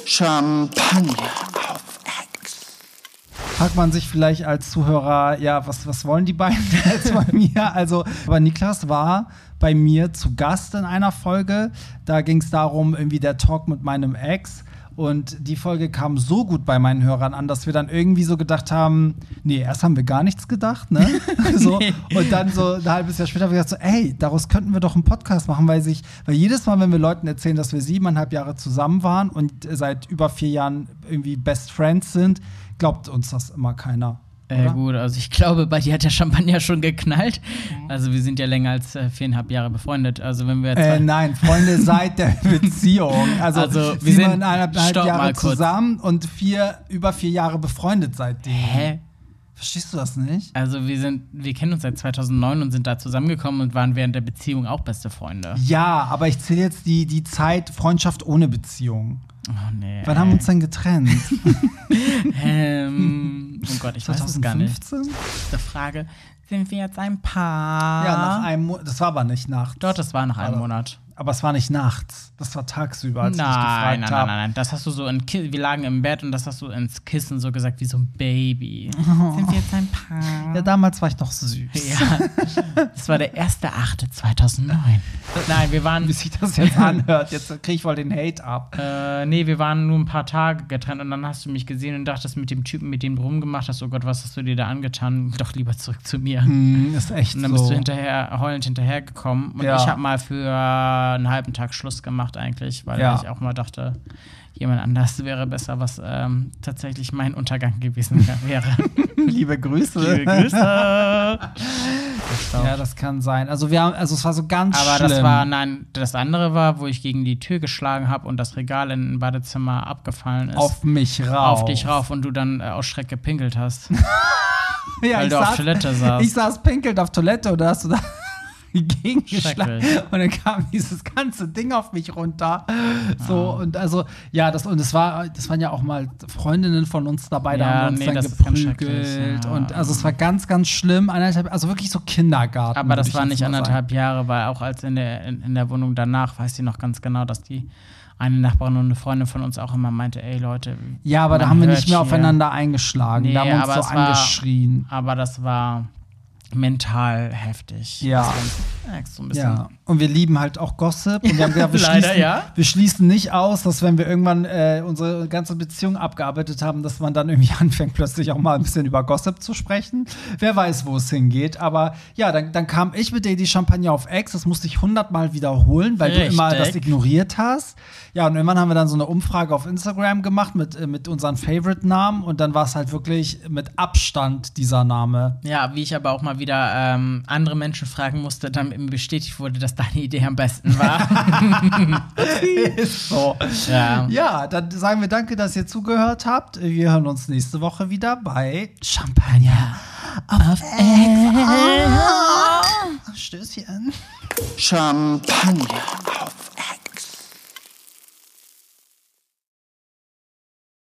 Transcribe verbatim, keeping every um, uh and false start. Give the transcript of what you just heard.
Champagner auf Ex. Fragt man sich vielleicht als Zuhörer, ja, was, was wollen die beiden jetzt bei mir? Also, aber Niklas war bei mir zu Gast in einer Folge. Da ging es darum, irgendwie der Talk mit meinem Ex. Und die Folge kam so gut bei meinen Hörern an, dass wir dann irgendwie so gedacht haben, nee, erst haben wir gar nichts gedacht, ne? so, nee. Und dann so ein halbes Jahr später haben wir gesagt, so, ey, daraus könnten wir doch einen Podcast machen, weil sich, weil jedes Mal, wenn wir Leuten erzählen, dass wir siebeneinhalb Jahre zusammen waren und seit über vier Jahren irgendwie Best Friends sind, glaubt uns das immer keiner. Äh, gut, also ich glaube, bei dir hat der Champagner schon geknallt. Also wir sind ja länger als äh, viereinhalb Jahre befreundet. Also wenn wir äh, nein, Freunde seit der Beziehung. Also, also wir sind eineinhalb Jahre zusammen und vier, über vier Jahre befreundet seitdem. Hä? Verstehst du das nicht? Also wir sind, wir kennen uns seit zweitausendneun und sind da zusammengekommen und waren während der Beziehung auch beste Freunde. Ja, aber ich zähle jetzt die, die Zeit Freundschaft ohne Beziehung. Oh nee. Wann haben wir uns denn getrennt? ähm, oh Gott, ich weiß es gar nicht. Die Frage, sind wir jetzt ein Paar? Ja, nach einem Monat. Das war aber nicht nachts. Doch, das war nach einem Monat. Aber es war nicht nachts. Das war tagsüber, als nein, ich dich gefragt habe. Nein, nein, nein, nein. Das hast du so in Ki- wir lagen im Bett und das hast du ins Kissen so gesagt wie so ein Baby. Oh. Sind wir jetzt ein Paar? Ja, damals war ich noch süß. Ja. Das war der erste achte zweitausendneun. Nein, wir waren. Wie sich das jetzt anhört. Jetzt kriege ich voll den Hate ab. Äh, nee, wir waren nur ein paar Tage getrennt und dann hast du mich gesehen und dachtest mit dem Typen, mit dem du rumgemacht hast, oh Gott, was hast du dir da angetan? Doch lieber zurück zu mir. Mm, ist echt so. Und dann bist so. du hinterher, heulend hinterhergekommen. Und ja. ich habe mal für einen halben Tag Schluss gemacht eigentlich, weil ja. ich auch mal dachte, jemand anders wäre besser, was ähm, tatsächlich mein Untergang gewesen wäre. Liebe Grüße. Liebe Grüße. Ja, das kann sein. Also wir haben, also es war so ganz Aber schlimm. das war, nein, das andere war, wo ich gegen die Tür geschlagen habe und das Regal in ein Badezimmer abgefallen ist. Auf mich rauf. Auf dich rauf und du dann äh, aus Schreck gepinkelt hast. ja, weil ich du saß, auf Toilette saßt. Ich saß pinkelt auf Toilette und da hast du da gegengeschlagen und dann kam dieses ganze Ding auf mich runter. So ah. und also ja, das und es war, das waren ja auch mal Freundinnen von uns dabei, da ja, haben wir uns nee, dann das geprügelt ja. und also es war ganz, ganz schlimm. Anderthalb, also wirklich so Kindergarten. Aber das war nicht anderthalb Jahre, weil auch als in der in, in der Wohnung danach weiß ich noch ganz genau, dass die eine Nachbarin und eine Freundin von uns auch immer meinte, ey Leute. Ja, aber da haben wir nicht mehr hier aufeinander eingeschlagen. Nee, da haben wir uns so angeschrien. War, aber das war mental heftig. Ja. So ein bisschen. Ja. Und wir lieben halt auch Gossip. Und wir haben gesagt, wir, Leider, schließen, ja. wir schließen nicht aus, dass wenn wir irgendwann äh, unsere ganze Beziehung abgearbeitet haben, dass man dann irgendwie anfängt, plötzlich auch mal ein bisschen über Gossip zu sprechen. Wer weiß, wo es hingeht. Aber ja, dann, dann kam ich mit dir die Champagner auf Ex. Das musste ich hundertmal wiederholen, weil Richtig. du immer das ignoriert hast. Ja, und irgendwann haben wir dann so eine Umfrage auf Instagram gemacht mit, äh, mit unseren Favorite-Namen. Und dann war es halt wirklich mit Abstand dieser Name. Ja, wie ich aber auch mal wieder ähm, andere Menschen fragen musste, damit mir bestätigt wurde, dass deine Idee am besten war. Ist so. Ja. ja, dann sagen wir danke, dass ihr zugehört habt. Wir hören uns nächste Woche wieder bei Champagner auf Ex. Stößchen. Champagner